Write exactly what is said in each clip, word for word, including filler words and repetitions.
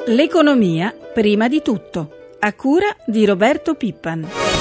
L'economia prima di tutto, a cura di Roberto Pippan.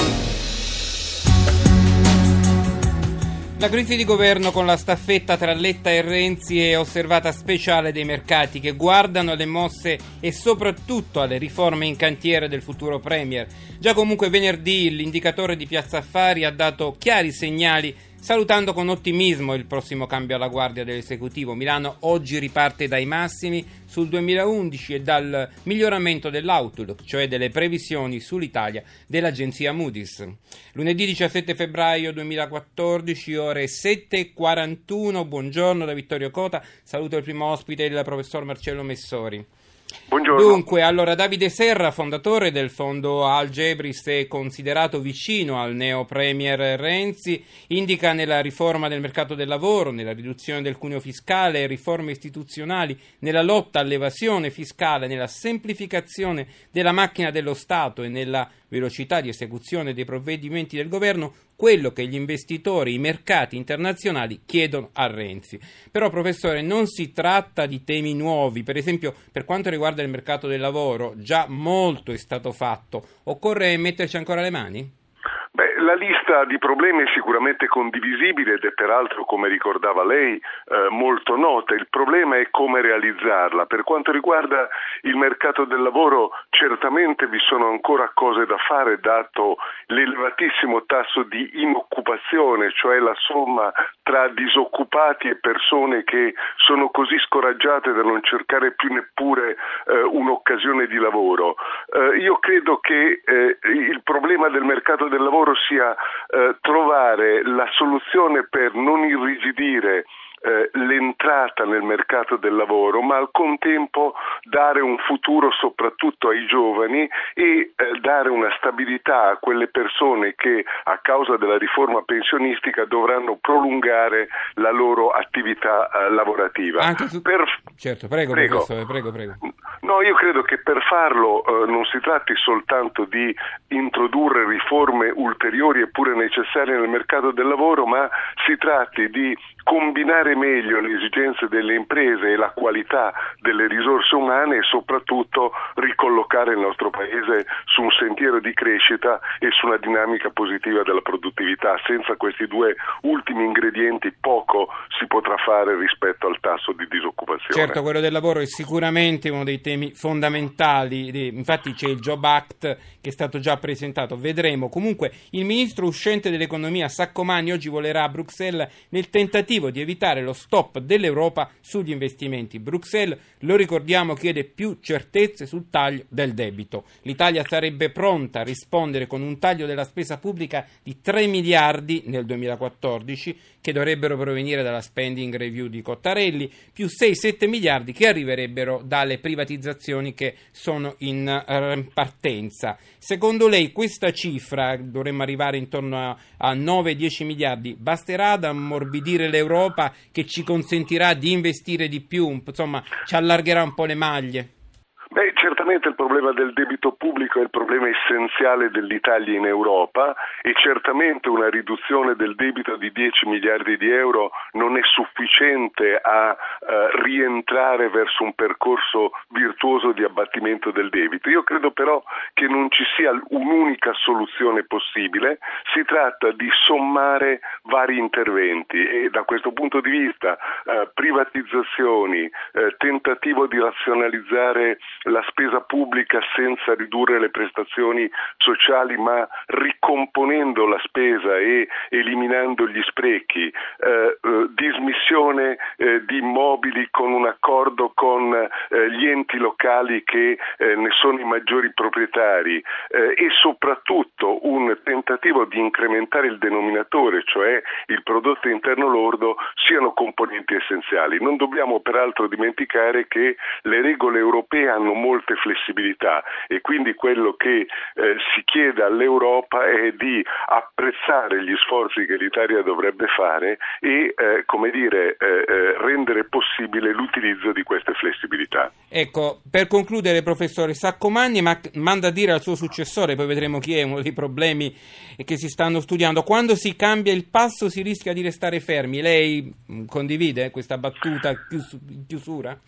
La crisi di governo con la staffetta tra Letta e Renzi è osservata speciale dei mercati che guardano alle mosse e soprattutto alle riforme in cantiere del futuro Premier. Già comunque venerdì l'indicatore di Piazza Affari ha dato chiari segnali, salutando con ottimismo il prossimo cambio alla guardia dell'esecutivo. Milano oggi riparte dai massimi sul duemilaundici e dal miglioramento dell'outlook, cioè delle previsioni sull'Italia dell'agenzia Moody's. Lunedì diciassette febbraio duemilaquattordici, ore sette e quarantuno. Buongiorno da Vittorio Cota. Saluto il primo ospite, il professor Marcello Messori. Buongiorno. Dunque, allora, Davide Serra, fondatore del fondo Algebris e considerato vicino al neo premier Renzi, indica nella riforma del mercato del lavoro, nella riduzione del cuneo fiscale, riforme istituzionali, nella lotta all'evasione fiscale, nella semplificazione della macchina dello Stato e nella velocità di esecuzione dei provvedimenti del governo, quello che gli investitori, i mercati internazionali chiedono a Renzi. Però, professore, non si tratta di temi nuovi. Per esempio, per quanto riguarda il mercato del lavoro, già molto è stato fatto. Occorre metterci ancora le mani? Beh, la lista di problemi è sicuramente condivisibile ed è peraltro, come ricordava lei, eh, molto nota. Il problema è come realizzarla. Per quanto riguarda il mercato del lavoro, certamente vi sono ancora cose da fare, dato l'elevatissimo tasso di inoccupazione, cioè la somma tra disoccupati e persone che sono così scoraggiate da non cercare più neppure eh, un'occasione di lavoro. Eh, io credo che eh, il problema del mercato del lavoro sia eh, trovare la soluzione per non irrigidire eh, l'entrata nel mercato del lavoro, ma al contempo dare un futuro soprattutto ai giovani e eh, dare una stabilità a quelle persone che a causa della riforma pensionistica dovranno prolungare la loro attività eh, lavorativa. Anche su... per... Certo, prego, prego. professore, prego, prego. No, io credo che per farlo eh, non si tratti soltanto di introdurre riforme ulteriori eppure necessarie nel mercato del lavoro, ma si tratti di combinare meglio le esigenze delle imprese e la qualità delle risorse umane e soprattutto ricollocare il nostro paese su un sentiero di crescita e su una dinamica positiva della produttività. Senza questi due ultimi ingredienti poco si potrà fare rispetto al tasso di disoccupazione. Certo, quello del lavoro è sicuramente uno dei temi fondamentali, infatti c'è il Job Act che è stato già presentato, vedremo. Comunque il ministro uscente dell'economia Saccomanni oggi volerà a Bruxelles nel tentativo di evitare lo stop dell'Europa sugli investimenti. Bruxelles, lo ricordiamo, chiede più certezze sul taglio del debito. L'Italia sarebbe pronta a rispondere con un taglio della spesa pubblica di tre miliardi nel duemilaquattordici, che dovrebbero provenire dalla spending review di Cottarelli, più sei sette miliardi che arriverebbero dalle privatizzazioni che sono in uh, partenza. Secondo lei questa cifra, dovremmo arrivare intorno a, a nove dieci miliardi, basterà ad ammorbidire l'Europa, che ci consentirà di investire di più, insomma ci allargherà un po' le maglie? Beh, certamente il problema del debito pubblico è il problema essenziale dell'Italia in Europa e certamente una riduzione del debito di dieci miliardi di euro non è sufficiente a uh, rientrare verso un percorso virtuoso di abbattimento del debito. Io credo però che non ci sia un'unica soluzione possibile, si tratta di sommare vari interventi e da questo punto di vista uh, privatizzazioni, uh, tentativo di razionalizzare la spesa pubblica senza ridurre le prestazioni sociali ma ricomponendo la spesa e eliminando gli sprechi, eh, eh, dismissione eh, di immobili con un accordo con eh, gli enti locali che eh, ne sono i maggiori proprietari eh, e soprattutto un tentativo di incrementare il denominatore, cioè il prodotto interno lordo, siano componenti essenziali. Non dobbiamo peraltro dimenticare che le regole europee hanno molte flessibilità e quindi quello che eh, si chiede all'Europa è di apprezzare gli sforzi che l'Italia dovrebbe fare e eh, come dire eh, eh, rendere possibile l'utilizzo di queste flessibilità. Ecco, per concludere, professore, Saccomanni ma- manda a dire al suo successore, poi vedremo chi è, uno dei problemi che si stanno studiando: quando si cambia il passo si rischia di restare fermi. Lei condivide questa battuta in chiusura?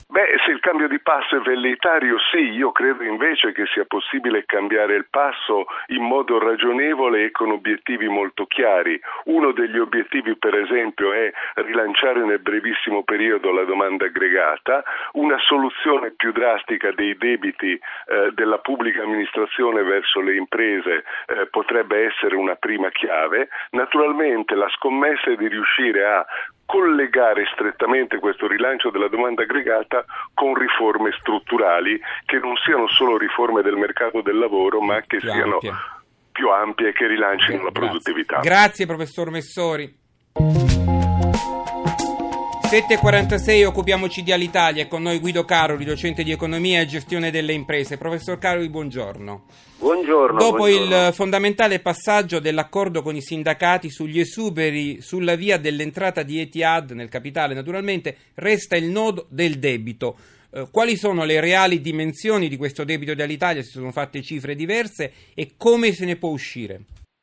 Beh, se il cambio di passo è velleitario, sì, io credo invece che sia possibile cambiare il passo in modo ragionevole e con obiettivi molto chiari. Uno degli obiettivi, per esempio, è rilanciare nel brevissimo periodo la domanda aggregata, una soluzione più drastica dei debiti eh, della pubblica amministrazione verso le imprese eh, potrebbe essere una prima chiave. Naturalmente la scommessa è di riuscire a collegare strettamente questo rilancio della domanda aggregata con riforme strutturali che non siano solo riforme del mercato del lavoro, ma che più siano ampie. più ampie e che rilancino Beh, la produttività. Grazie. Grazie professor Messori. sette e quarantasei, occupiamoci di Alitalia, è con noi Guido Caroli, docente di economia e gestione delle imprese. Professor Caroli, buongiorno. Buongiorno. Dopo buongiorno. il fondamentale passaggio dell'accordo con i sindacati sugli esuberi sulla via dell'entrata di Etihad nel capitale, naturalmente resta il nodo del debito. Eh, quali sono le reali dimensioni di questo debito di Alitalia? Si sono fatte cifre diverse e come se ne può uscire?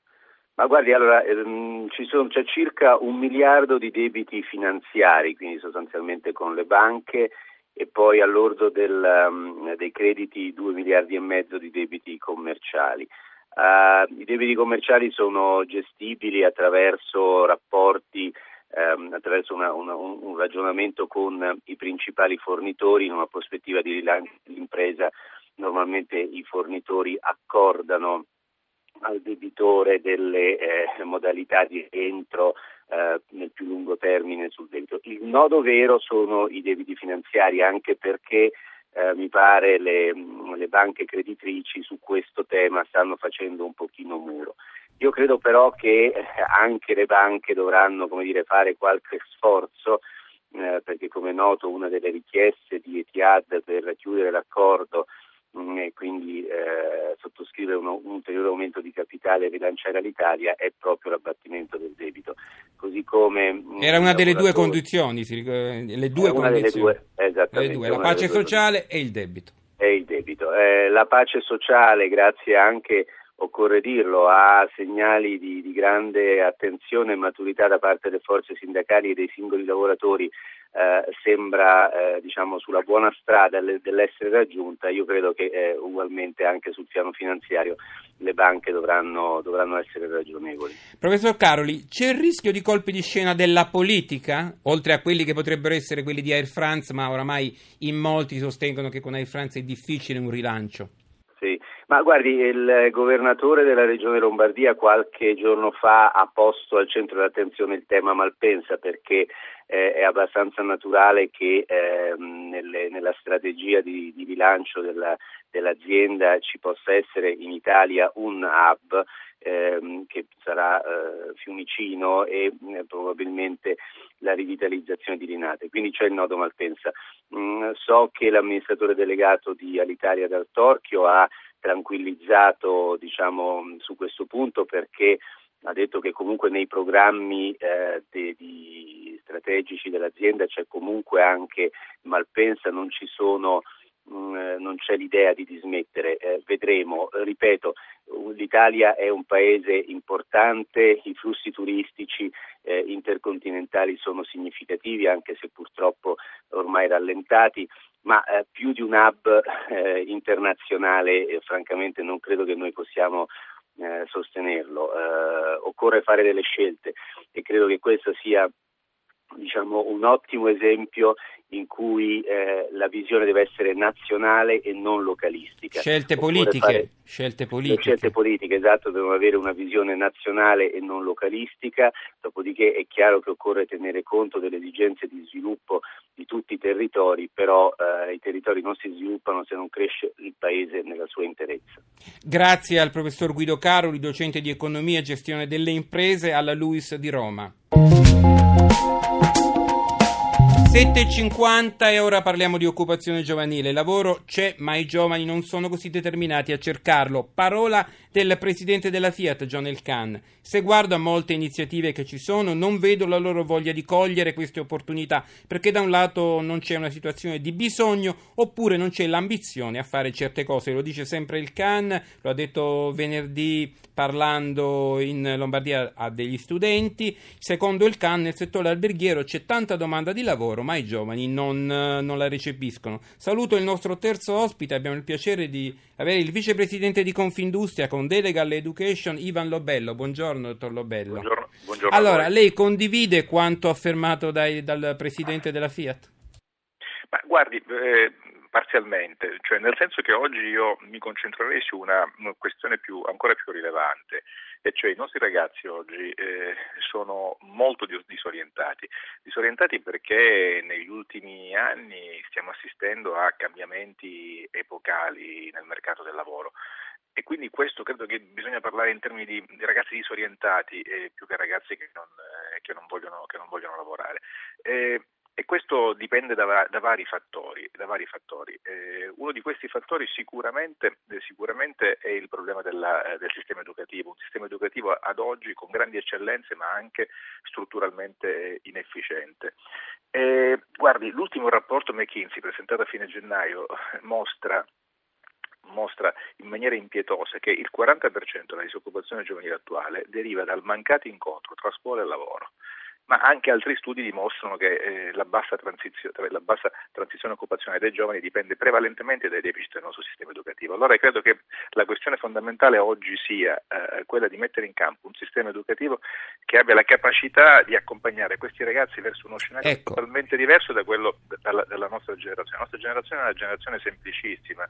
Ma guardi, allora ehm, ci sono, c'è circa un miliardo di debiti finanziari, quindi sostanzialmente con le banche, e poi all'ordo del, um, dei crediti due miliardi e mezzo di debiti commerciali. Uh, I debiti commerciali sono gestibili attraverso rapporti, um, attraverso una, una, un, un ragionamento con i principali fornitori in una prospettiva di rilancio dell'impresa. Normalmente i fornitori accordano al debitore delle eh, modalità di rientro eh, nel più lungo termine sul debito. Il nodo vero sono i debiti finanziari, anche perché eh, mi pare le, le banche creditrici su questo tema stanno facendo un pochino muro. Io credo però che eh, anche le banche dovranno, come dire, fare qualche sforzo, eh, perché come è noto una delle richieste di Etihad per chiudere l'accordo e quindi eh, sottoscrivere un, un ulteriore aumento di capitale e rilanciare l'Italia è proprio l'abbattimento del debito. Così come era una delle due condizioni, si ricorda, le due una condizioni, delle due, esattamente, le due, la pace sociale e il debito. E il debito. Eh, la pace sociale, grazie anche, occorre dirlo, ha segnali di, di grande attenzione e maturità da parte delle forze sindacali e dei singoli lavoratori. Eh, sembra eh, diciamo sulla buona strada dell'essere raggiunta. Io credo che eh, ugualmente anche sul piano finanziario le banche dovranno, dovranno essere ragionevoli. Professor Caroli, c'è il rischio di colpi di scena della politica, oltre a quelli che potrebbero essere quelli di Air France, ma oramai in molti sostengono che con Air France è difficile un rilancio? Sì, ma guardi, il governatore della regione Lombardia qualche giorno fa ha posto al centro dell'attenzione il tema Malpensa, perché eh, è abbastanza naturale che eh, nelle, nella strategia di, di rilancio della, dell'azienda ci possa essere in Italia un hub ehm, che sarà eh, Fiumicino e eh, probabilmente la rivitalizzazione di Linate, quindi c'è il nodo Malpensa. Mm, so che l'amministratore delegato di Alitalia Dal Torchio ha tranquillizzato, diciamo, su questo punto, perché ha detto che comunque nei programmi eh, de, di strategici dell'azienda c'è comunque anche Malpensa, non ci sono mh, non c'è l'idea di dismettere, eh, vedremo. Ripeto, l'Italia è un paese importante, i flussi turistici eh, intercontinentali sono significativi, anche se purtroppo ormai rallentati, ma eh, più di un hub eh, internazionale eh, francamente non credo che noi possiamo eh, sostenerlo. Eh, occorre fare delle scelte e credo che questo sia, diciamo, un ottimo esempio in cui eh, la visione deve essere nazionale e non localistica. Scelte Occorre politiche, scelte politiche. Le scelte politiche, esatto, devono avere una visione nazionale e non localistica, dopodiché è chiaro che occorre tenere conto delle esigenze di sviluppo di tutti i territori, però eh, i territori non si sviluppano se non cresce il paese nella sua interezza. Grazie al professor Guido Caroli, docente di economia e gestione delle imprese alla LUISS di Roma. sette e cinquanta e ora parliamo di occupazione giovanile. Lavoro c'è, ma i giovani non sono così determinati a cercarlo. Parola del presidente della Fiat, John Elkann. Se guardo a molte iniziative che ci sono, non vedo la loro voglia di cogliere queste opportunità, perché da un lato non c'è una situazione di bisogno, oppure non c'è l'ambizione a fare certe cose. Lo dice sempre Elkann, lo ha detto venerdì parlando in Lombardia a degli studenti. Secondo Elkann, nel settore alberghiero c'è tanta domanda di lavoro, lavoro, ma i giovani non, non la recepiscono. Saluto il nostro terzo ospite, abbiamo il piacere di avere il vicepresidente di Confindustria con delega all'education, Ivan Lobello. Buongiorno, dottor Lobello. Buongiorno, buongiorno. Allora, lei condivide quanto affermato dai, dal presidente della Fiat? Ma guardi, eh, parzialmente, cioè nel senso che oggi io mi concentrerei su una, una questione più, ancora più rilevante, e cioè i nostri ragazzi oggi eh, sono molto disorientati, disorientati perché negli ultimi anni stiamo assistendo a cambiamenti epocali nel mercato del lavoro. E quindi questo credo che bisogna parlare in termini di, di ragazzi disorientati eh, più che ragazzi che non, eh, che non vogliono, che non vogliono lavorare. Eh, E questo dipende da, da vari fattori. Da vari fattori. Eh, uno di questi fattori sicuramente, eh, sicuramente è il problema della, eh, del sistema educativo, un sistema educativo ad oggi con grandi eccellenze ma anche strutturalmente eh, inefficiente. Eh, guardi, l'ultimo rapporto McKinsey presentato a fine gennaio mostra mostra in maniera impietosa che il quaranta per cento della disoccupazione giovanile attuale deriva dal mancato incontro tra scuola e lavoro. Ma anche altri studi dimostrano che eh, la, bassa transizione, la bassa transizione occupazionale dei giovani dipende prevalentemente dai deficit del nostro sistema educativo. Allora credo che la questione fondamentale oggi sia eh, quella di mettere in campo un sistema educativo che abbia la capacità di accompagnare questi ragazzi verso uno scenario ecco. totalmente diverso da quello della, della nostra generazione. La nostra generazione è una generazione semplicissima,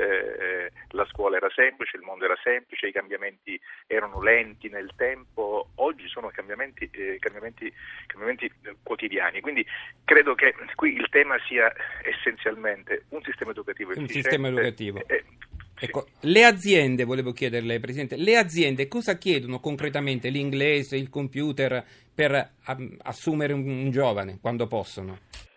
eh, la scuola era semplice, il mondo era semplice, i cambiamenti erano lenti nel tempo, oggi sono cambiamenti, eh, cambiamenti cambiamenti quotidiani, quindi credo che qui il tema sia essenzialmente un sistema educativo efficiente. Un sistema educativo. Eh, ecco, sì. Le aziende, volevo chiederle, Presidente, le aziende cosa chiedono concretamente? L'inglese, il computer per um, assumere un, un giovane quando possono?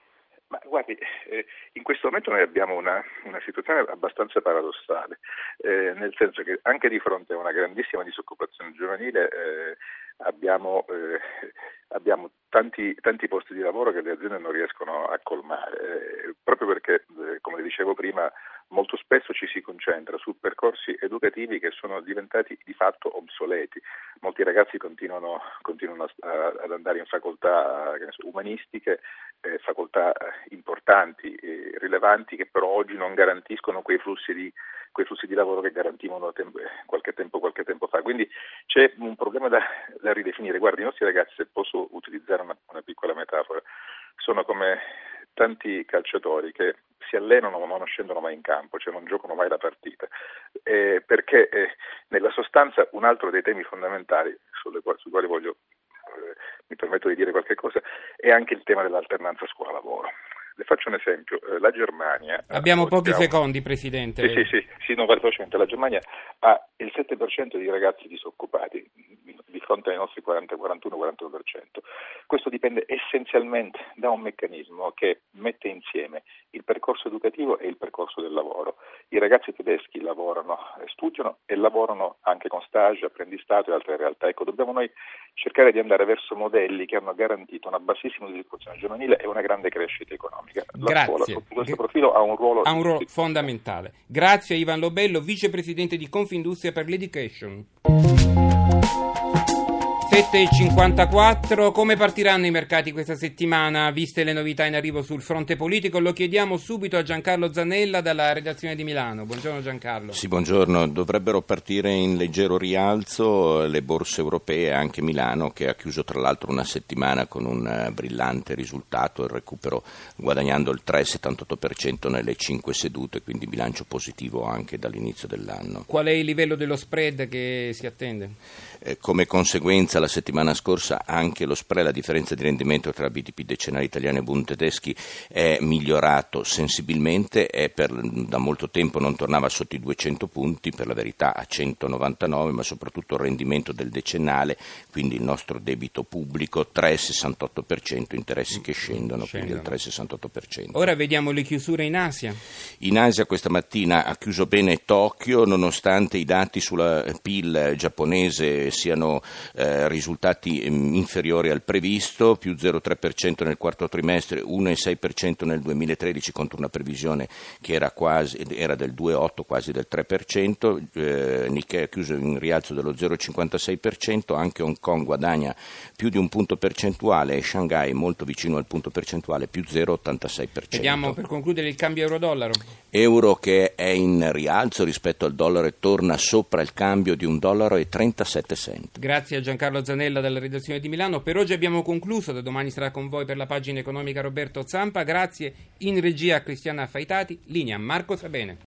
Ma guardi, eh, in questo momento noi abbiamo una, una situazione abbastanza paradossale, eh, nel senso che anche di fronte a una grandissima disoccupazione giovanile eh, abbiamo, eh, abbiamo tanti, tanti posti di lavoro che le aziende non riescono a colmare, eh, proprio perché, eh, come dicevo prima, molto spesso ci si concentra su percorsi educativi che sono diventati di fatto obsoleti. Molti ragazzi continuano, continuano a, ad andare in facoltà che ne so, umanistiche, eh, facoltà importanti e rilevanti che però oggi non garantiscono quei flussi di quei flussi di lavoro che garantivano tempo, qualche tempo qualche tempo fa. Quindi c'è un problema da, da ridefinire. Guardi, i nostri ragazzi, se posso utilizzare una, una piccola metafora, sono come tanti calciatori che si allenano ma non scendono mai in campo, cioè non giocano mai la partita, eh, perché eh, nella sostanza un altro dei temi fondamentali sulle quali, sui quali voglio, eh, mi permetto di dire qualche cosa, è anche il tema dell'alternanza scuola-lavoro. Le faccio un esempio, eh, la Germania... Abbiamo pochi ha... secondi, Presidente. Sì, sì, sì, sì no, velocemente. La Germania ha il sette per cento di ragazzi disoccupati di fronte ai nostri quaranta, quarantuno, quarantadue per cento. Questo dipende essenzialmente da un meccanismo che mette insieme il percorso educativo e il percorso del lavoro. I ragazzi tedeschi lavorano, studiano e lavorano anche con stage, apprendistato e altre realtà. Ecco, dobbiamo noi cercare di andare verso modelli che hanno garantito una bassissima disoccupazione giovanile e una grande crescita economica. La Grazie. scuola, sotto questo profilo, ha un ruolo, ha un ruolo fondamentale. Grazie a Ivan Lobello, vicepresidente di Confindustria per l'Education. sette e cinquantaquattro, come partiranno i mercati questa settimana, viste le novità in arrivo sul fronte politico? Lo chiediamo subito a Giancarlo Zanella dalla redazione di Milano. Buongiorno Giancarlo. Sì, buongiorno. Dovrebbero partire in leggero rialzo le borse europee, anche Milano, che ha chiuso tra l'altro una settimana con un brillante risultato, il recupero guadagnando il tre virgola settantotto per cento nelle cinque sedute, quindi bilancio positivo anche dall'inizio dell'anno. Qual è il livello dello spread che si attende? Eh, come conseguenza la settimana scorsa anche lo spread, la differenza di rendimento tra B T P decennali italiani e Bund tedeschi, è migliorato sensibilmente, e per, da molto tempo non tornava sotto i duecento punti, per la verità a centonovantanove, ma soprattutto il rendimento del decennale, quindi il nostro debito pubblico, tre virgola sessantotto per cento, interessi che scendono, scendono. quindi il tre virgola sessantotto per cento. Ora vediamo le chiusure in Asia. In Asia questa mattina ha chiuso bene Tokyo, nonostante i dati sulla P I L giapponese siano eh, risultati eh, inferiori al previsto, più zero virgola tre per cento nel quarto trimestre, uno virgola sei per cento nel duemilatredici contro una previsione che era, quasi, era del due virgola otto, quasi del tre per cento, eh, Nikkei ha chiuso in rialzo dello zero virgola cinquantasei per cento, anche Hong Kong guadagna più di un punto percentuale e Shanghai molto vicino al punto percentuale, più zero virgola ottantasei per cento. Vediamo per concludere il cambio euro-dollaro. Euro che è in rialzo rispetto al dollaro e torna sopra il cambio di un dollaro e trentasette cent. Grazie a Giancarlo Zanella dalla redazione di Milano. Per oggi abbiamo concluso, da domani sarà con voi per la pagina economica Roberto Zampa. Grazie in regia a Cristiana Faitati, linea Marco Sabene.